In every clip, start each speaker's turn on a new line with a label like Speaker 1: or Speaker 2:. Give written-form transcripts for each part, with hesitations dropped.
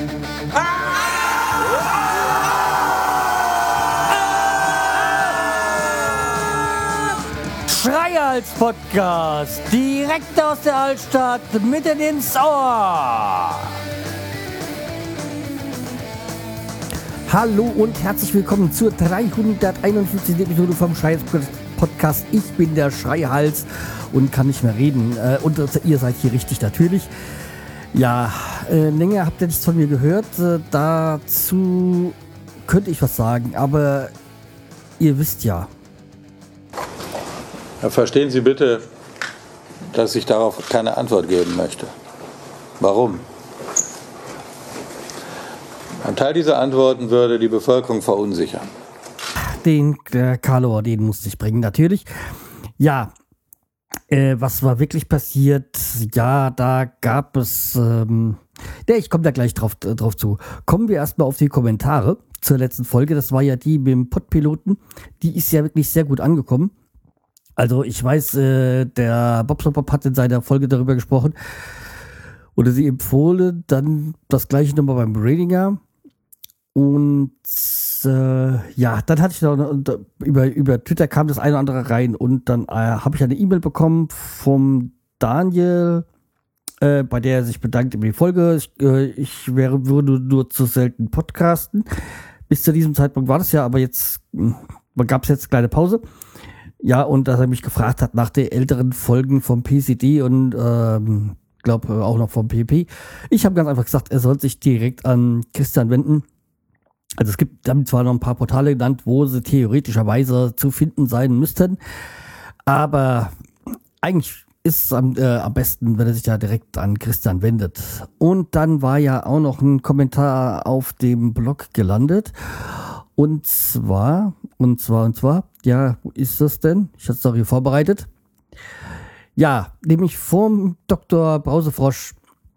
Speaker 1: Schreihals-Podcast, direkt aus der Altstadt, mitten ins Ohr. Hallo und herzlich willkommen zur 351. Episode vom Schreihals-Podcast. Ich bin der Schreihals und kann nicht mehr reden. Und ihr seid hier richtig natürlich. Ja, länger habt ihr nichts von mir gehört. Dazu könnte ich was sagen, aber ihr wisst ja.
Speaker 2: Verstehen Sie bitte, dass ich darauf keine Antwort geben möchte. Warum? Ein Teil dieser Antworten würde die Bevölkerung verunsichern.
Speaker 1: Den Carlo, den musste ich bringen, natürlich. Ja, was war wirklich passiert? Ja, da gab es... ich komme da gleich drauf zu. Kommen wir erstmal auf die Kommentare zur letzten Folge. Das war ja die mit dem Podpiloten. Die ist ja wirklich sehr gut angekommen. Also ich weiß, der Bob hat in seiner Folge darüber gesprochen oder sie empfohlen, dann das gleiche nochmal beim Ratinger und dann hatte ich noch, über Twitter kam das eine oder andere rein und dann habe ich eine E-Mail bekommen vom Daniel, bei der er sich bedankt über die Folge. Ich würde nur zu selten podcasten. Bis zu diesem Zeitpunkt war das ja, aber jetzt gab es jetzt eine kleine Pause. Ja, und dass er mich gefragt hat nach den älteren Folgen vom PCD und glaube auch noch vom PP. Ich habe ganz einfach gesagt, er soll sich direkt an Christian wenden. Also es gibt damit zwar noch ein paar Portale genannt, wo sie theoretischerweise zu finden sein müssten, aber eigentlich ist es am besten, wenn er sich da direkt an Christian wendet. Und dann war ja auch noch ein Kommentar auf dem Blog gelandet. Und zwar, ja, wo ist das denn? Ich hatte es doch hier vorbereitet. Ja, nämlich vom Dr. Brausefrosch.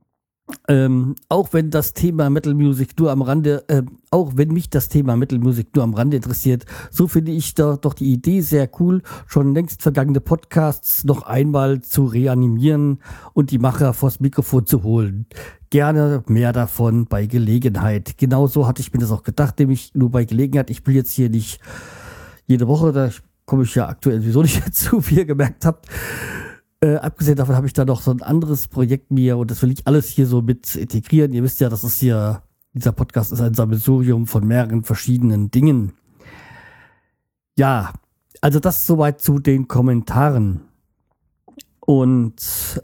Speaker 1: Auch wenn das Thema Metal Music nur am Rande, auch wenn mich das Thema Metal Music nur am Rande interessiert, so finde ich doch die Idee sehr cool, schon längst vergangene Podcasts noch einmal zu reanimieren und die Macher vors Mikrofon zu holen. Gerne mehr davon bei Gelegenheit. Genauso hatte ich mir das auch gedacht, nämlich nur bei Gelegenheit. Ich will jetzt hier nicht jede Woche, da komme ich ja aktuell sowieso nicht dazu, wie ihr gemerkt habt. Abgesehen davon habe ich da noch so ein anderes Projekt mir und das will ich alles hier so mit integrieren. Ihr wisst ja, das ist hier, dieser Podcast ist ein Sammelsurium von mehreren verschiedenen Dingen. Ja, also das soweit zu den Kommentaren. Und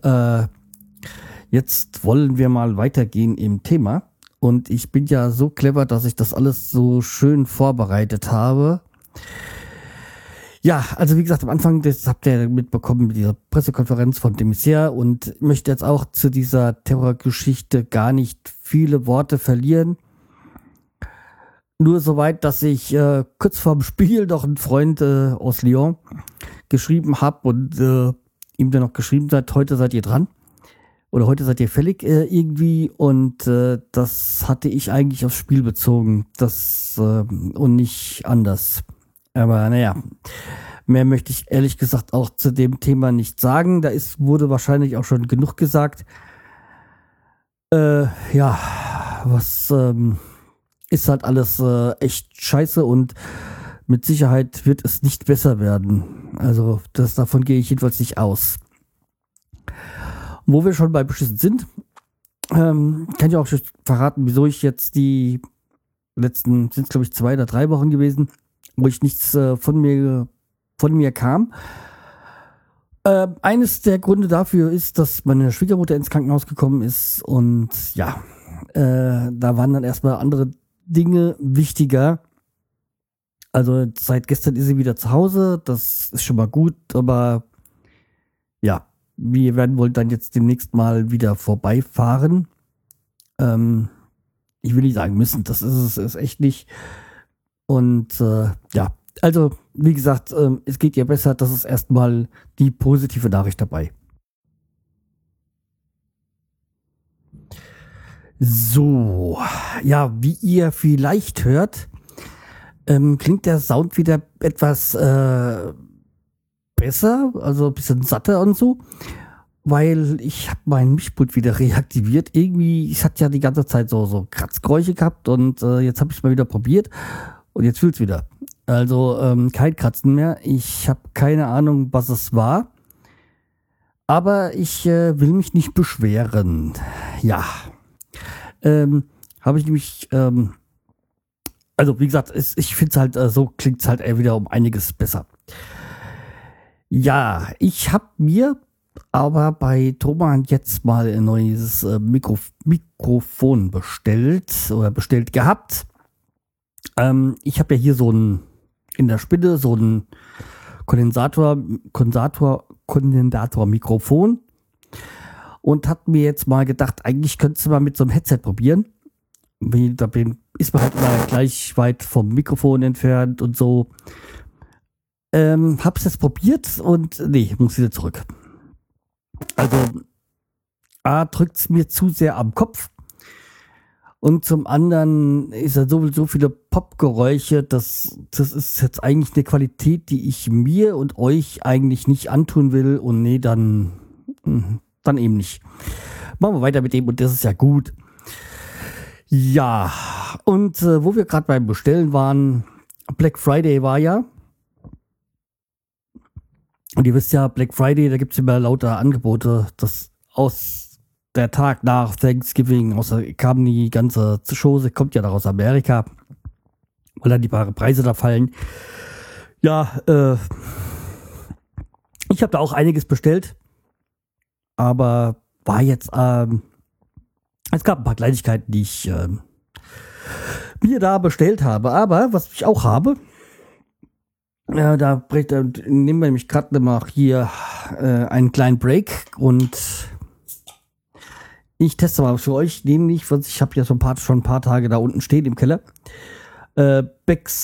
Speaker 1: jetzt wollen wir mal weitergehen im Thema. Und ich bin ja so clever, dass ich das alles so schön vorbereitet habe. Ja, also wie gesagt, am Anfang, das habt ihr mitbekommen mit dieser Pressekonferenz von de Maizière und möchte jetzt auch zu dieser Terrorgeschichte gar nicht viele Worte verlieren. Nur soweit, dass ich kurz vorm Spiel noch einen Freund aus Lyon geschrieben habe und ihm dann noch geschrieben hat, heute seid ihr dran. Oder heute seid ihr fällig irgendwie und das hatte ich eigentlich aufs Spiel bezogen. Und nicht anders. Aber naja, mehr möchte ich ehrlich gesagt auch zu dem Thema nicht sagen. Wurde wahrscheinlich auch schon genug gesagt. Was ist halt alles echt scheiße und mit Sicherheit wird es nicht besser werden. Also davon gehe ich jedenfalls nicht aus. Wo wir schon bei beschissen sind, kann ich auch schon verraten, wieso ich jetzt die letzten, sind es glaube ich 2 oder 3 Wochen gewesen, wo ich nichts von mir kam. Eines der Gründe dafür ist, dass meine Schwiegermutter ins Krankenhaus gekommen ist und ja, da waren dann erstmal andere Dinge wichtiger. Also seit gestern ist sie wieder zu Hause, das ist schon mal gut, aber ja, wir werden wohl dann jetzt demnächst mal wieder vorbeifahren. Ich will nicht sagen müssen, das ist es echt nicht. Und ja, also wie gesagt, es geht ihr besser, das ist erstmal die positive Nachricht dabei. So, ja, wie ihr vielleicht hört, klingt der Sound wieder etwas besser, also ein bisschen satter und so. weil ich habe mein Mischpult wieder reaktiviert. Irgendwie, es hat ja die ganze Zeit so Kratzgeräusche gehabt und jetzt habe ich es mal wieder probiert und jetzt fühlt's wieder. Also kein Kratzen mehr. Ich habe keine Ahnung, was es war. Aber ich will mich nicht beschweren. Ja. Habe ich nämlich, also wie gesagt, ich finde es halt, so klingt es halt wieder um einiges besser. Ja, ich habe mir aber bei Thomann jetzt mal ein neues Mikrofon bestellt gehabt. Ich habe ja hier so ein, in der Spinne so ein Kondensator-Mikrofon und hat mir jetzt mal gedacht, eigentlich könntest du mal mit so einem Headset probieren. Da ist man halt immer gleich weit vom Mikrofon entfernt und so. Hab's jetzt probiert und nee, muss wieder zurück. Also A, drückt's mir zu sehr am Kopf und zum anderen ist da so viele Popgeräusche, das ist jetzt eigentlich eine Qualität, die ich mir und euch eigentlich nicht antun will und nee, dann eben nicht. Machen wir weiter mit dem und das ist ja gut. Ja, und wo wir gerade beim Bestellen waren, Black Friday war ja. Und ihr wisst ja, Black Friday, da gibt's immer lauter Angebote. Das aus der Tag nach Thanksgiving, kam die ganze Chose, kommt ja da aus Amerika, weil dann die Preise da fallen. Ja, ich habe da auch einiges bestellt, aber war jetzt, es gab ein paar Kleinigkeiten, die ich mir da bestellt habe. Aber was ich auch habe, ja, da nehmen wir nämlich gerade mal hier einen kleinen Break und ich teste mal für euch, nämlich, ich habe ja schon ein paar Tage da unten stehen im Keller. Becks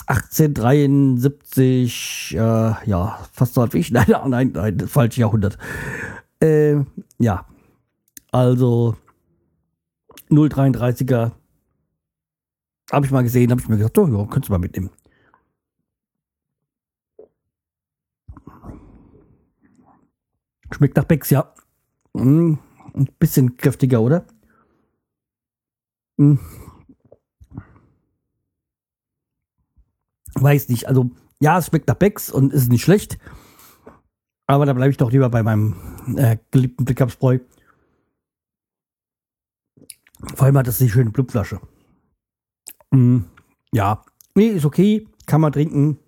Speaker 1: 1873, ja, fast so alt wie ich. Nein, falsches Jahrhundert. Ja, also 0,33er. Habe ich mal gesehen, habe ich mir gesagt, oh ja, könntest du mal mitnehmen. Schmeckt nach Becks, ja. Ein bisschen kräftiger, oder? Weiß nicht, also ja, es schmeckt nach Becks und ist nicht schlecht. Aber da bleibe ich doch lieber bei meinem geliebten Pickup-Spreu. Vor allem hat das die schöne Blubflasche. Ja, nee, ist okay, kann man trinken.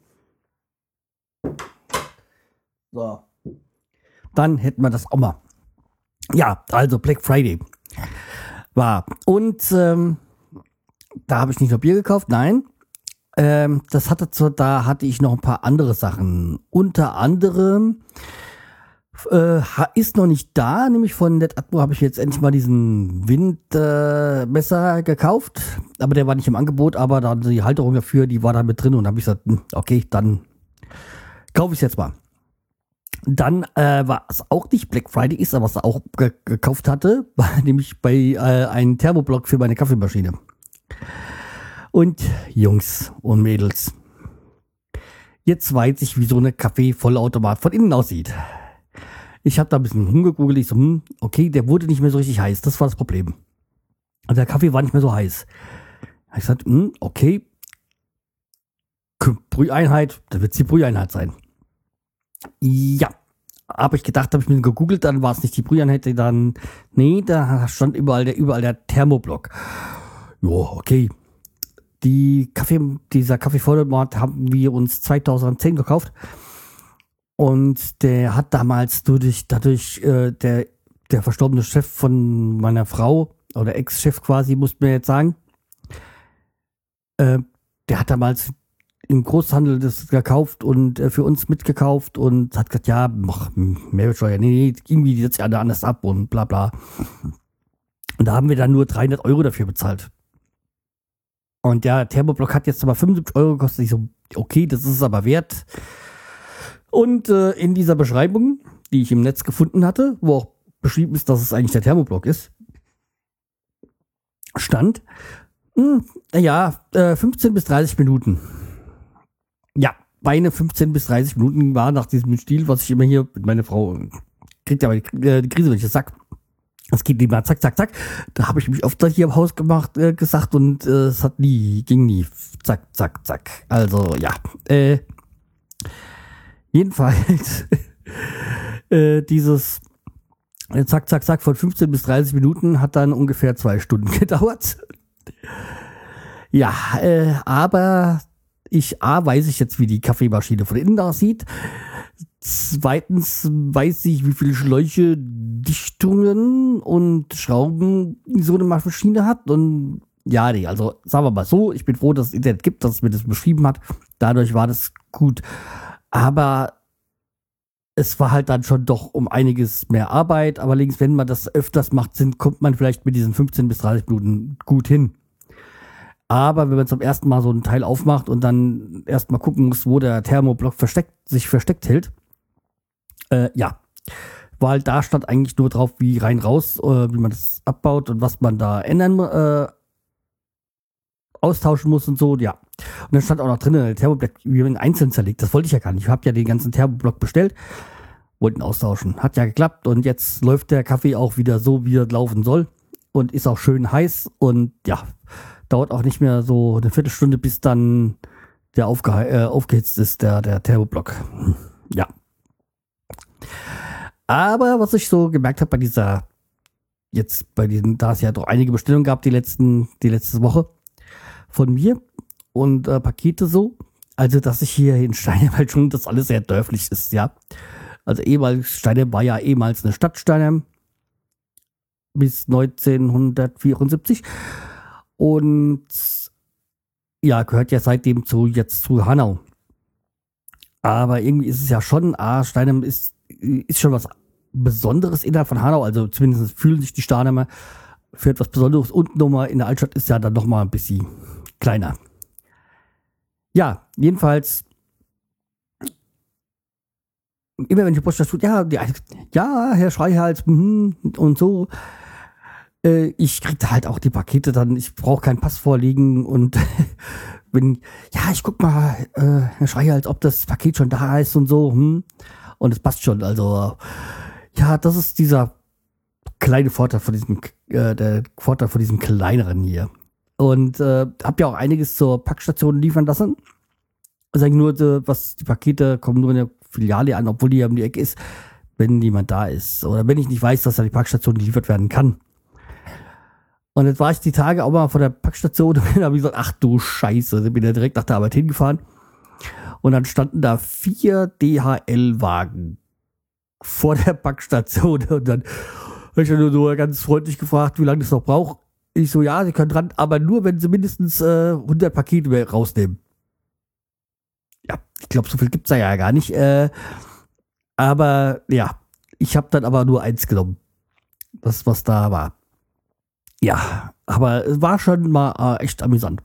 Speaker 1: So. Dann hätten wir das auch mal. Ja, also Black Friday war. Und da habe ich nicht nur Bier gekauft, nein. Da hatte ich noch ein paar andere Sachen. Unter anderem ist noch nicht da, nämlich von NetAtmo habe ich jetzt endlich mal diesen Windmesser gekauft. Aber der war nicht im Angebot, aber dann die Halterung dafür, die war da mit drin und habe ich gesagt, okay, dann kaufe ich es jetzt mal. Dann war es auch nicht Black Friday ist, aber was er auch gekauft hatte, war nämlich bei einem Thermoblock für meine Kaffeemaschine. Und Jungs und Mädels, jetzt weiß ich, wie so eine Kaffee-Vollautomat von innen aussieht. Ich habe da ein bisschen rumgegoogelt, ich so, okay, der wurde nicht mehr so richtig heiß, das war das Problem. Also der Kaffee war nicht mehr so heiß. Da habe ich gesagt, okay, Brüheinheit, da wird es die Brüheinheit sein. Ja, habe ich gedacht, habe ich mir gegoogelt, dann war es nicht die Brüheinheit, dann, nee, da stand überall der Thermoblock. Ja, okay. Dieser Kaffeevollautomat haben wir uns 2010 gekauft. Und der hat damals dadurch der verstorbene Chef von meiner Frau, oder Ex-Chef quasi, muss man jetzt sagen, der hat damals im Großhandel das gekauft und für uns mitgekauft und hat gesagt, ja, Mehrwertsteuer, nee, irgendwie setzt ja anders ab und bla bla. Und da haben wir dann nur 300 € dafür bezahlt. Und der Thermoblock hat jetzt aber 75 € gekostet. Ich so, okay, das ist es aber wert. Und in dieser Beschreibung, die ich im Netz gefunden hatte, wo auch beschrieben ist, dass es eigentlich der Thermoblock ist, stand, 15 bis 30 Minuten. Ja, meine 15 bis 30 Minuten war nach diesem Stil, was ich immer hier mit meiner Frau kriegt ja aber die Krise, wenn ich das sag. Es geht immer zack, zack, zack. Da habe ich mich oft hier im Haus gesagt und es ging nie. Zack, zack, zack. Also ja. Jedenfalls dieses zack, zack, zack von 15 bis 30 Minuten hat dann ungefähr 2 Stunden gedauert. Ja, aber weiß ich jetzt, wie die Kaffeemaschine von innen aussieht. Zweitens weiß ich, wie viele Schläuche, Dichtungen und Schrauben so eine Maschine hat. Und ja, nee, also sagen wir mal so, ich bin froh, dass es Internet gibt, dass es mir das beschrieben hat. Dadurch war das gut. Aber es war halt dann schon doch um einiges mehr Arbeit. Aber links, wenn man das öfters macht, kommt man vielleicht mit diesen 15 bis 30 Minuten gut hin. Aber wenn man zum ersten Mal so ein Teil aufmacht und dann erstmal gucken muss, wo der Thermoblock sich versteckt hält, ja, weil da stand eigentlich nur drauf, wie rein raus, wie man das abbaut und was man da austauschen muss und so, ja. Und dann stand auch noch drin, der Thermoblock, wie man einzeln zerlegt. Das wollte ich ja gar nicht. Ich habe ja den ganzen Thermoblock bestellt, wollten austauschen. Hat ja geklappt und jetzt läuft der Kaffee auch wieder so, wie er laufen soll und ist auch schön heiß und ja, dauert auch nicht mehr so eine Viertelstunde, bis dann der aufgehitzt ist, der Thermoblock. Ja. Aber was ich so gemerkt habe da es ja doch einige Bestellungen gab, die letzte Woche von mir und Pakete so, also dass ich hier in Steinheim halt schon das alles sehr dörflich ist, ja. Also Steinheim war ja ehemals eine Stadt Steinheim bis 1974 und ja, gehört ja seitdem jetzt zu Hanau. Aber irgendwie ist es ja schon, Steinheim ist schon was Besonderes innerhalb von Hanau, also zumindest fühlen sich die Steinheimer für etwas Besonderes und nochmal in der Altstadt ist ja dann nochmal ein bisschen kleiner. Ja, jedenfalls immer wenn die Post tut, ja, Herr Schreihals, und so, ich krieg da halt auch die Pakete dann, ich brauche keinen Pass vorlegen und ich guck mal, Herr Schreihals, ob das Paket schon da ist und so, und es passt schon, also ja, das ist dieser kleine Vorteil von diesem kleineren hier. Und hab ja auch einiges zur Packstation liefern lassen. Also nur, die Pakete kommen nur in der Filiale an, obwohl die ja um die Ecke ist, wenn niemand da ist. Oder wenn ich nicht weiß, dass da die Packstation geliefert werden kann. Und jetzt war ich die Tage auch mal vor der Packstation und dann habe ich gesagt, ach du Scheiße, dann bin ich direkt nach der Arbeit hingefahren. Und dann standen da 4 DHL-Wagen vor der Packstation. Und dann habe ich nur so ganz freundlich gefragt, wie lange das noch braucht. Ich so, ja, Sie können dran, aber nur, wenn Sie mindestens 100 Pakete rausnehmen. Ja, ich glaube, so viel gibt's da ja gar nicht. Aber ja, ich habe dann aber nur 1 genommen. Das, was da war. Ja, aber es war schon mal echt amüsant.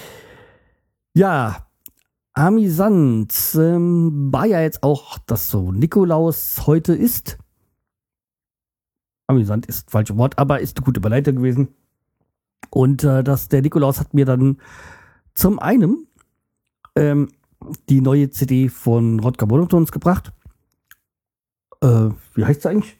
Speaker 1: Ja, amüsant war ja jetzt auch, dass so Nikolaus heute ist. Amüsant ist falsches Wort, aber ist eine gute Überleitung gewesen. Und der Nikolaus hat mir dann zum einen die neue CD von Rodger Monotones gebracht. Wie heißt sie eigentlich?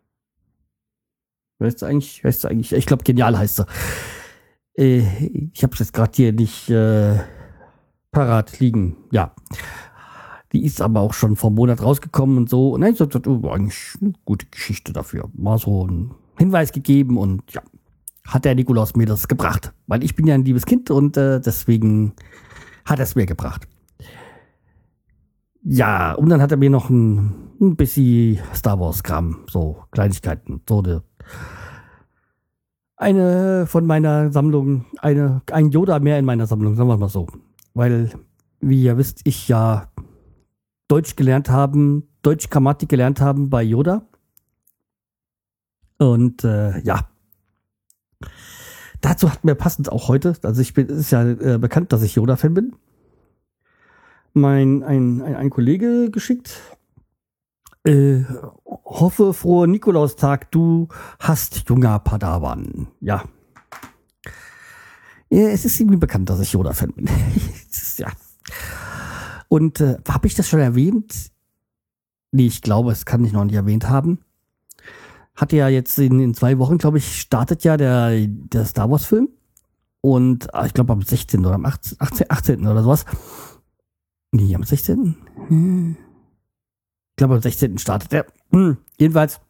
Speaker 1: Ich glaube, Genial heißt sie. Ich habe es jetzt gerade hier nicht parat liegen. Ja. Die ist aber auch schon vor einem Monat rausgekommen und so. Und dann habe ich gesagt, war eigentlich eine gute Geschichte dafür. Mal so einen Hinweis gegeben und ja, hat der Nikolaus mir das gebracht. Weil ich bin ja ein liebes Kind und deswegen hat er es mir gebracht. Ja, und dann hat er mir noch ein bisschen Star Wars-Kram, so Kleinigkeiten, so eine von meiner Sammlung, ein Yoda mehr in meiner Sammlung, sagen wir mal so. Weil, wie ihr wisst, ich ja Deutsch Grammatik gelernt haben bei Yoda. Und ja, dazu hat mir passend auch heute, also es ist ja bekannt, dass ich Yoda-Fan bin, ein Kollege geschickt. Hoffe, frohe Nikolaustag, du hast junger Padawan. Ja. Es ist irgendwie bekannt, dass ich Yoda-Fan bin. Ja. Und habe ich das schon erwähnt? Nee, ich glaube, es kann ich noch nicht erwähnt haben. hatte ja jetzt in 2 Wochen, glaube ich, startet ja der Star Wars Film. Und ich glaube am 16. oder am 18. oder sowas. Nee, am 16. Ich glaube am 16. startet er. Jedenfalls,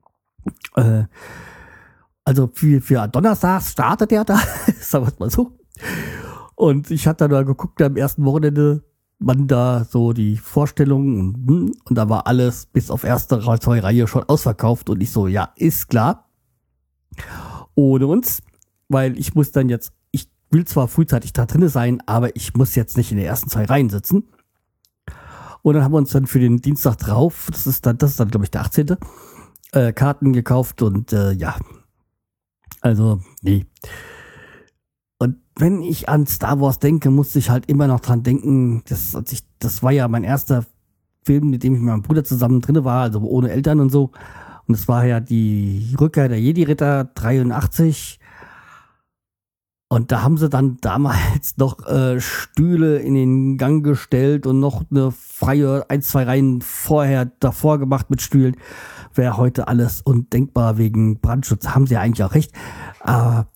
Speaker 1: also für Donnerstags startet er da, sagen wir es mal so. Und ich hatte da geguckt am ersten Wochenende, wann da so die Vorstellungen und da war alles bis auf erste 2 Reihe schon ausverkauft und ich so, ja, ist klar. Ohne uns, weil ich muss dann jetzt, ich will zwar frühzeitig da drinne sein, aber ich muss jetzt nicht in den ersten 2 Reihen sitzen. Und dann haben wir uns dann für den Dienstag drauf, das ist dann glaube ich der 18. Karten gekauft und ja, also nee. Und wenn ich an Star Wars denke, muss ich halt immer noch dran denken, das war ja mein erster Film, mit dem ich mit meinem Bruder zusammen drin war, also ohne Eltern und so. Und es war ja die Rückkehr der Jedi-Ritter 83. Und da haben sie dann damals noch Stühle in den Gang gestellt und noch eine freie 1, 2 Reihen davor gemacht mit Stühlen. Wäre heute alles undenkbar wegen Brandschutz. Haben sie ja eigentlich auch recht. Aber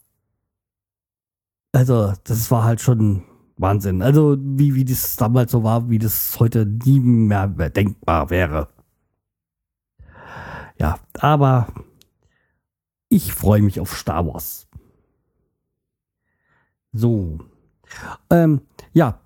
Speaker 1: also, das war halt schon Wahnsinn. Also, wie das damals so war, wie das heute nie mehr denkbar wäre. Ja, aber ich freue mich auf Star Wars. So. Ja.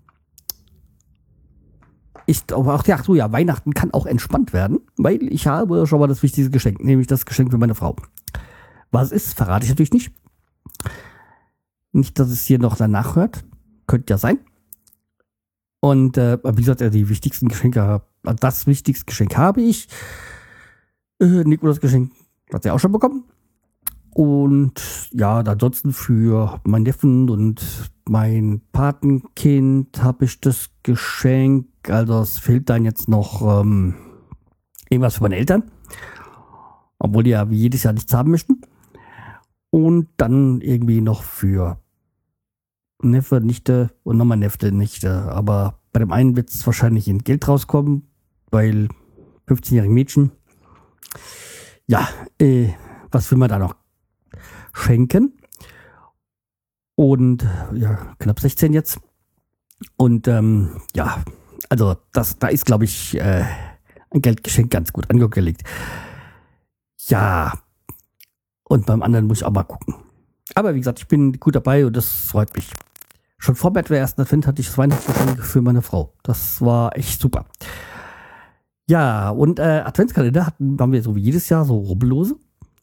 Speaker 1: Weihnachten kann auch entspannt werden, weil ich habe schon mal das wichtigste Geschenk, nämlich das Geschenk für meine Frau. Was es ist, verrate ich natürlich nicht. Nicht, dass es hier noch danach hört. Könnte ja sein. Und wie gesagt, das wichtigste Geschenk habe ich. Nikolaus Geschenk hat sie auch schon bekommen. Und ja, ansonsten für meinen Neffen und mein Patenkind habe ich das Geschenk. Also es fehlt dann jetzt noch irgendwas für meine Eltern. Obwohl die ja wie jedes Jahr nichts haben möchten. Und dann irgendwie noch für Neffe, Nichte und nochmal Neffe, Nichte. Aber bei dem einen wird es wahrscheinlich in Geld rauskommen, weil 15-jährige Mädchen. Ja, was will man da noch schenken? Und ja, knapp 16 jetzt. Und ja, also da ist, glaube ich, ein Geldgeschenk ganz gut angelegt. Ja, und beim anderen muss ich auch mal gucken. Aber wie gesagt, ich bin gut dabei und das freut mich. Schon vor der ersten Advent hatte ich das Weihnachtsgeschenk für meine Frau. Das war echt super. Ja, und Adventskalender haben wir so wie jedes Jahr so rubbellose.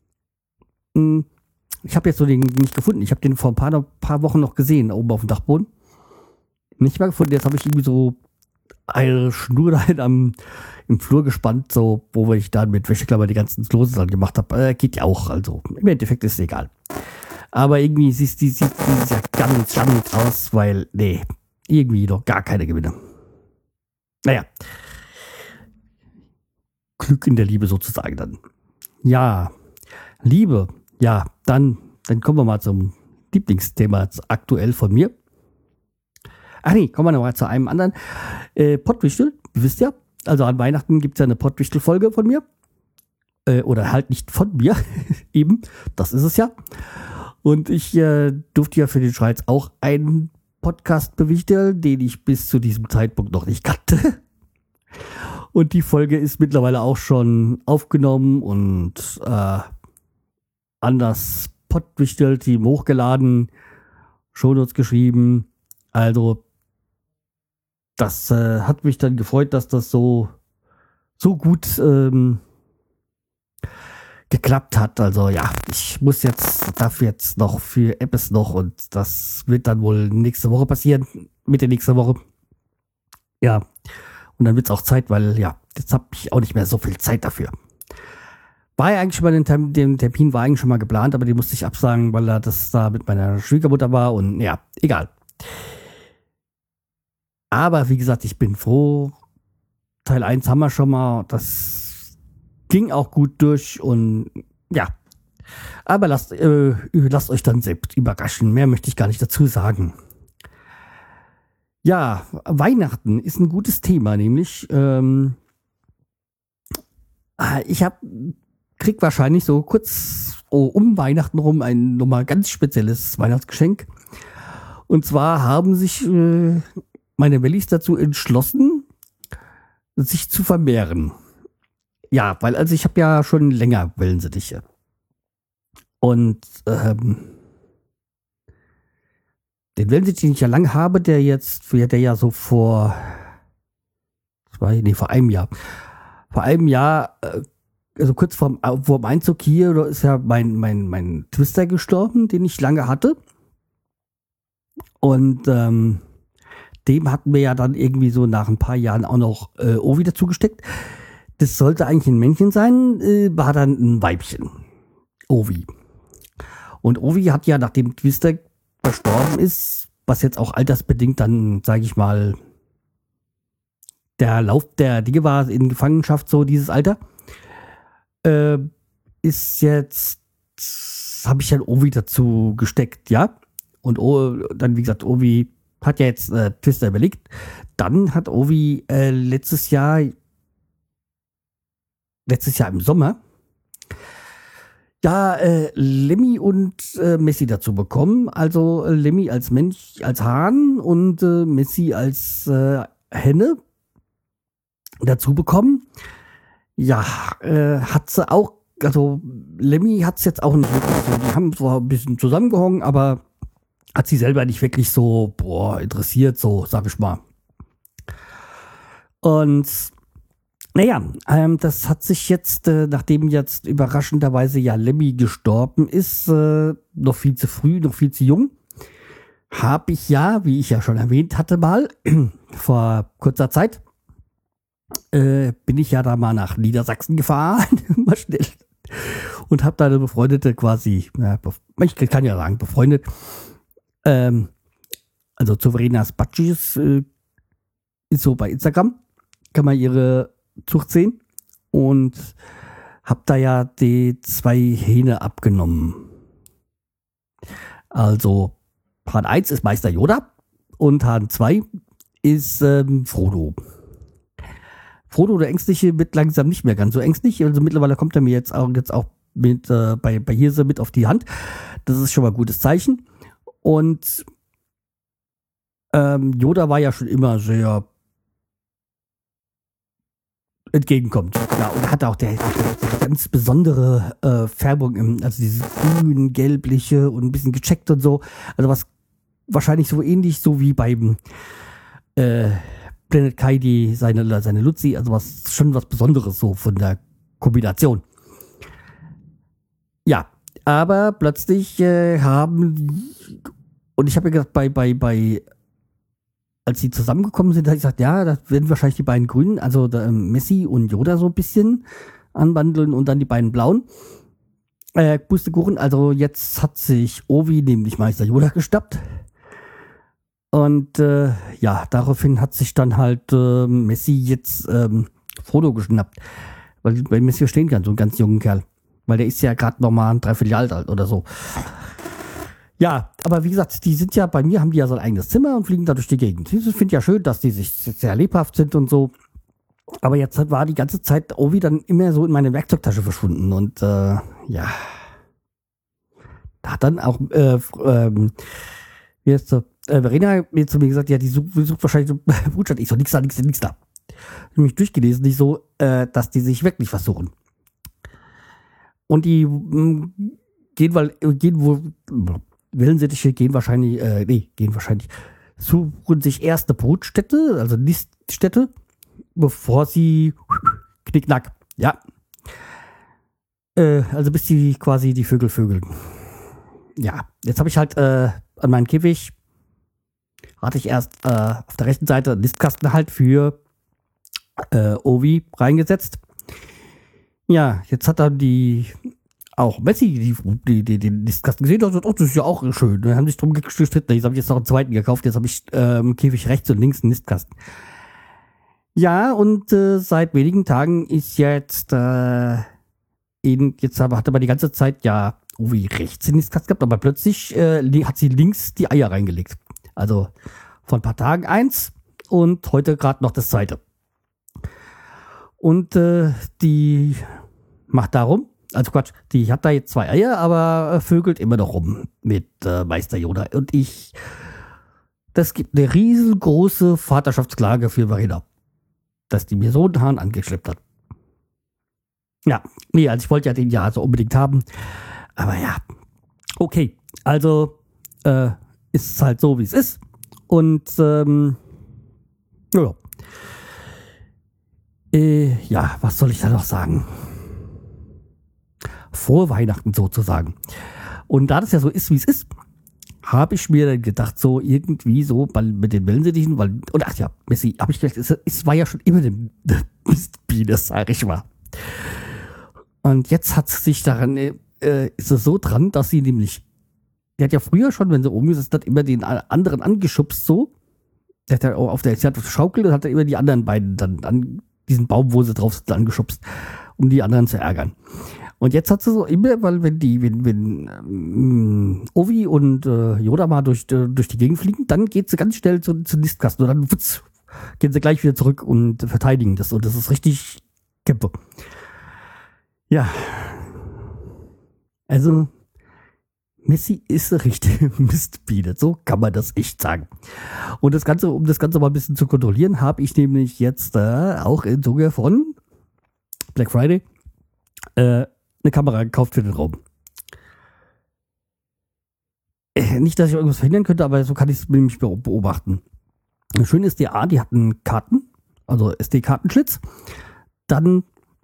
Speaker 1: Ich habe jetzt so den nicht gefunden. Ich habe den vor ein paar Wochen noch gesehen, oben auf dem Dachboden. Nicht mal gefunden. Jetzt habe ich irgendwie so eine Schnur da im Flur gespannt, so, wo ich dann mit Wäscheklammer die ganzen Lose dann gemacht habe. Geht ja auch, also im Endeffekt ist es egal. Aber irgendwie sieht dieses Jahr ganz spannend aus, weil, nee, irgendwie noch gar keine Gewinne. Naja. Glück in der Liebe sozusagen dann. Ja, Liebe. Ja, dann kommen wir mal zum Lieblingsthema aktuell von mir. Ach nee, kommen wir noch mal zu einem anderen. Pottwichtel, ihr wisst ja, also an Weihnachten gibt es ja eine Pottwichtel-Folge von mir. Oder halt nicht von mir, eben, das ist es ja. Und ich durfte ja für den Schweiz auch einen Podcast bewichteln, den ich bis zu diesem Zeitpunkt noch nicht kannte. Und die Folge ist mittlerweile auch schon aufgenommen und an das Pottwichtel-Team hochgeladen, Shownotes geschrieben. Also das hat mich dann gefreut, dass das so gut geklappt hat. Also ja, ich darf jetzt noch für Apps noch und das wird dann wohl nächste Woche passieren, Mitte nächster Woche. Ja, und dann wird es auch Zeit, weil ja, jetzt habe ich auch nicht mehr so viel Zeit dafür. War ja eigentlich schon mal den Termin war eigentlich schon mal geplant, aber den musste ich absagen, weil er das da mit meiner Schwiegermutter war und ja, egal. Aber wie gesagt, ich bin froh. Teil 1 haben wir schon mal. Das ging auch gut durch und ja. Aber lasst euch dann selbst überraschen. Mehr möchte ich gar nicht dazu sagen. Ja, Weihnachten ist ein gutes Thema, nämlich ich habe krieg wahrscheinlich so kurz um Weihnachten rum ein nochmal ganz spezielles Weihnachtsgeschenk. Und zwar haben sich meine Wellis dazu entschlossen, sich zu vermehren. Ja, weil also ich habe ja schon länger Wellensittiche. Und den Wellensittich, den ich ja lang habe, der ja so vor einem Jahr. Vor einem Jahr, also kurz vorm Einzug hier, da ist ja mein Twister gestorben, den ich lange hatte. Und dem hatten wir ja dann irgendwie so nach ein paar Jahren auch noch Ovi dazu gesteckt. Das sollte eigentlich ein Männchen sein, war dann ein Weibchen. Ovi. Und Ovi hat ja, nachdem Twister verstorben ist, was jetzt auch altersbedingt dann, sage ich mal, der Lauf der Dinge war in Gefangenschaft, so dieses Alter, ist jetzt, habe ich dann Ovi dazu gesteckt, ja. Und dann, wie gesagt, Ovi hat ja jetzt Twister überlegt. Dann hat Ovi letztes Jahr im Sommer, ja, Lemmy und Messi dazu bekommen. Also Lemmy als Mensch, als Hahn und Messi als Henne dazu bekommen. Ja, hat sie auch, also Lemmy hat es jetzt auch nicht wirklich so, die haben zwar ein bisschen zusammengehangen, aber hat sie selber nicht wirklich so, interessiert, so, sag ich mal. Und naja, das hat sich jetzt, nachdem jetzt überraschenderweise ja Lemmy gestorben ist, noch viel zu früh, noch viel zu jung, habe ich ja, wie ich ja schon erwähnt hatte mal, vor kurzer Zeit, bin ich ja da mal nach Niedersachsen gefahren, mal schnell, und habe da eine befreundete quasi, ich kann ja sagen, befreundet, also Souverena Spatschis, ist so bei Instagram, kann man ihre Zucht sehen, und hab da ja die 2 Hähne abgenommen. Also Hahn 1 ist Meister Yoda und Hahn 2 ist Frodo. Frodo, der Ängstliche, wird langsam nicht mehr ganz so ängstlich. Also mittlerweile kommt er mir jetzt auch mit bei Hirse mit auf die Hand. Das ist schon mal ein gutes Zeichen. Und Yoda war ja schon immer sehr entgegenkommt. Ja, und hat auch der ganz besondere Färbung, also dieses grün, gelbliche und ein bisschen gecheckt und so. Also was wahrscheinlich so ähnlich so wie beim Planet Kaidi seine Luzi, also schon was Besonderes so von der Kombination. Ja, aber plötzlich und ich habe mir gedacht, als sie zusammengekommen sind, habe ich gesagt, ja, das werden wahrscheinlich die beiden Grünen, also Messi und Yoda so ein bisschen anwandeln und dann die beiden Blauen. Pustekuchen, also jetzt hat sich Ovi nämlich Meister Yoda geschnappt. Und ja, daraufhin hat sich dann halt Messi jetzt Frodo geschnappt. Weil bei Messi verstehen kann, so einen ganz jungen Kerl. Weil der ist ja gerade noch mal ein Dreivierteljahr alt oder so. Ja, aber wie gesagt, die sind ja, bei mir haben die ja so ein eigenes Zimmer und fliegen da durch die Gegend. Ich finde ja schön, dass die sich sehr lebhaft sind und so. Aber jetzt war die ganze Zeit Ovi dann immer so in meine Werkzeugtasche verschwunden. Und ja, da hat dann auch, wie heißt so, Verena mir zu mir gesagt, ja, die sucht wahrscheinlich so Brutstadt. Ich so, nix da. Ich habe mich durchgelesen, nicht so, dass die sich wirklich versuchen. Und die Wellensittiche gehen wahrscheinlich, suchen sich erst eine Brutstätte, also Niststätte, bevor sie knickknack, ja. Also bis die quasi die Vögel vögeln. Ja, jetzt habe ich halt an meinem Käfig, hatte ich erst auf der rechten Seite einen Nistkasten halt für Ovi reingesetzt. Ja, jetzt hat dann auch Messi den Nistkasten gesehen und gesagt, das ist ja auch schön. Dann haben sich drum gestritten. Jetzt habe ich jetzt noch einen zweiten gekauft. Jetzt habe ich im Käfig rechts und links einen Nistkasten. Ja, und seit wenigen Tagen ist jetzt hat aber die ganze Zeit ja Ovi rechts den Nistkasten gehabt, aber plötzlich hat sie links die Eier reingelegt. Also vor ein paar Tagen 1 und heute gerade noch das 2. Und die macht darum, Also Quatsch, die hat da jetzt 2 Eier, aber vögelt immer noch rum mit Meister Yoda. Und das gibt eine riesengroße Vaterschaftsklage für Verena, dass die mir so einen Hahn angeschleppt hat. Ja, nee, also ich wollte ja den ja so unbedingt haben. Aber ja, okay. Also ist es halt so, wie es ist. Und ja, was soll ich da noch sagen? Frohe Weihnachten sozusagen. Und da das ja so ist, wie es ist, habe ich mir dann gedacht, so irgendwie so mit den Wellensittichen, und ach ja, Messi, habe ich gedacht, es war ja schon immer eine Mistbiene, sag ich mal. Und jetzt hat sie sich daran, ist es so dran, dass sie nämlich, die hat ja früher schon, wenn sie rumgesetzt hat, immer den anderen angeschubst so. Sie hat auf der Schaukel und hat immer die anderen beiden dann an diesen Baum, wo sie drauf sind, angeschubst, um die anderen zu ärgern. Und jetzt hat sie so immer, weil wenn Ovi und Yoda mal durch die Gegend fliegen, dann geht sie ganz schnell zum Nistkasten und dann gehen sie gleich wieder zurück und verteidigen das. Und das ist richtig Kämpfe. Ja. Also, Messi ist eine richtige Mistbiene. So kann man das echt sagen. Und das Ganze, um das Ganze mal ein bisschen zu kontrollieren, habe ich nämlich jetzt auch im Zuge von Black Friday eine Kamera gekauft für den Raum. Nicht, dass ich irgendwas verhindern könnte, aber so kann ich es nämlich beobachten. Schön ist die die hatten Karten, also SD-Kartenschlitz. Dann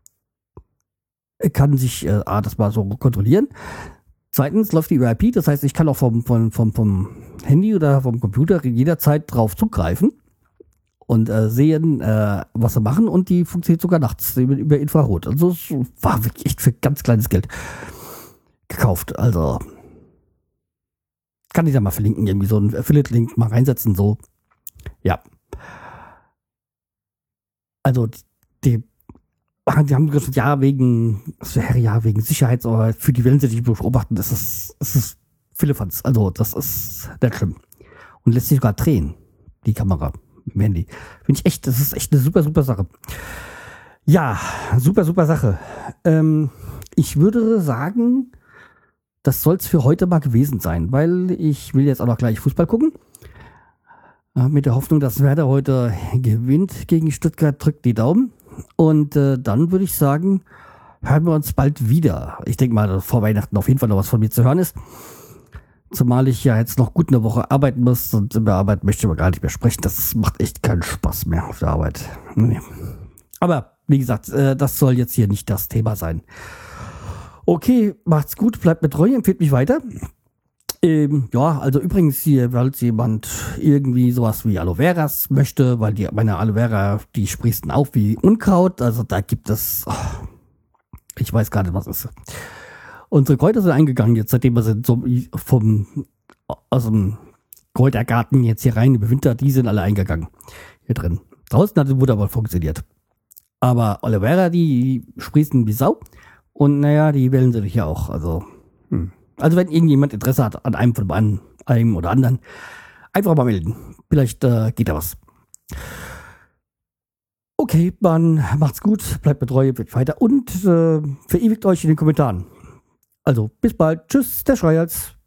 Speaker 1: kann sich das mal so kontrollieren. Zweitens läuft die über IP, das heißt, ich kann auch vom Handy oder vom Computer jederzeit drauf zugreifen und sehen, was sie machen, und die funktioniert sogar nachts über Infrarot. Also es war wirklich echt für ganz kleines Geld gekauft. Also kann ich da mal verlinken, irgendwie so einen Affiliate-Link mal reinsetzen, so. Ja. Also die haben gesagt, ja, wegen Sicherheits- oder für die Wellen, die ich beobachten, das ist Philippans. Also das ist nicht schlimm. Und lässt sich sogar drehen, die Kamera mit dem Handy. Das ist echt eine super, super Sache. Ja, super, super Sache. Ich würde sagen, das soll es für heute mal gewesen sein, weil ich will jetzt auch noch gleich Fußball gucken. Mit der Hoffnung, dass Werder heute gewinnt gegen Stuttgart, drückt die Daumen. Und dann würde ich sagen, hören wir uns bald wieder. Ich denke mal, dass vor Weihnachten auf jeden Fall noch was von mir zu hören ist. Zumal ich ja jetzt noch gut eine Woche arbeiten muss, und in der Arbeit möchte ich aber gar nicht mehr sprechen. Das macht echt keinen Spaß mehr auf der Arbeit. Nee. Aber wie gesagt, das soll jetzt hier nicht das Thema sein. Okay, macht's gut, bleibt mir treu, empfiehlt mich weiter. Ja, also übrigens hier, falls jemand irgendwie sowas wie Aloe Veras möchte, weil meine Aloe Vera, die sprießen auf wie Unkraut. Also da gibt es, ich weiß gar nicht, was ist. Unsere Kräuter sind eingegangen jetzt, seitdem wir sind aus dem Kräutergarten jetzt hier rein überwintert, die sind alle eingegangen hier drin. Draußen hat es wunderbar funktioniert. Aber Aloe Vera, die sprießen wie Sau. Und naja, die wählen sie hier auch. Also, Also wenn irgendjemand Interesse hat an einem oder anderen, einfach mal melden. Vielleicht geht da was. Okay, dann macht's gut, bleibt mir treu, wird weiter und verewigt euch in den Kommentaren. Also bis bald. Tschüss, der Schreihals.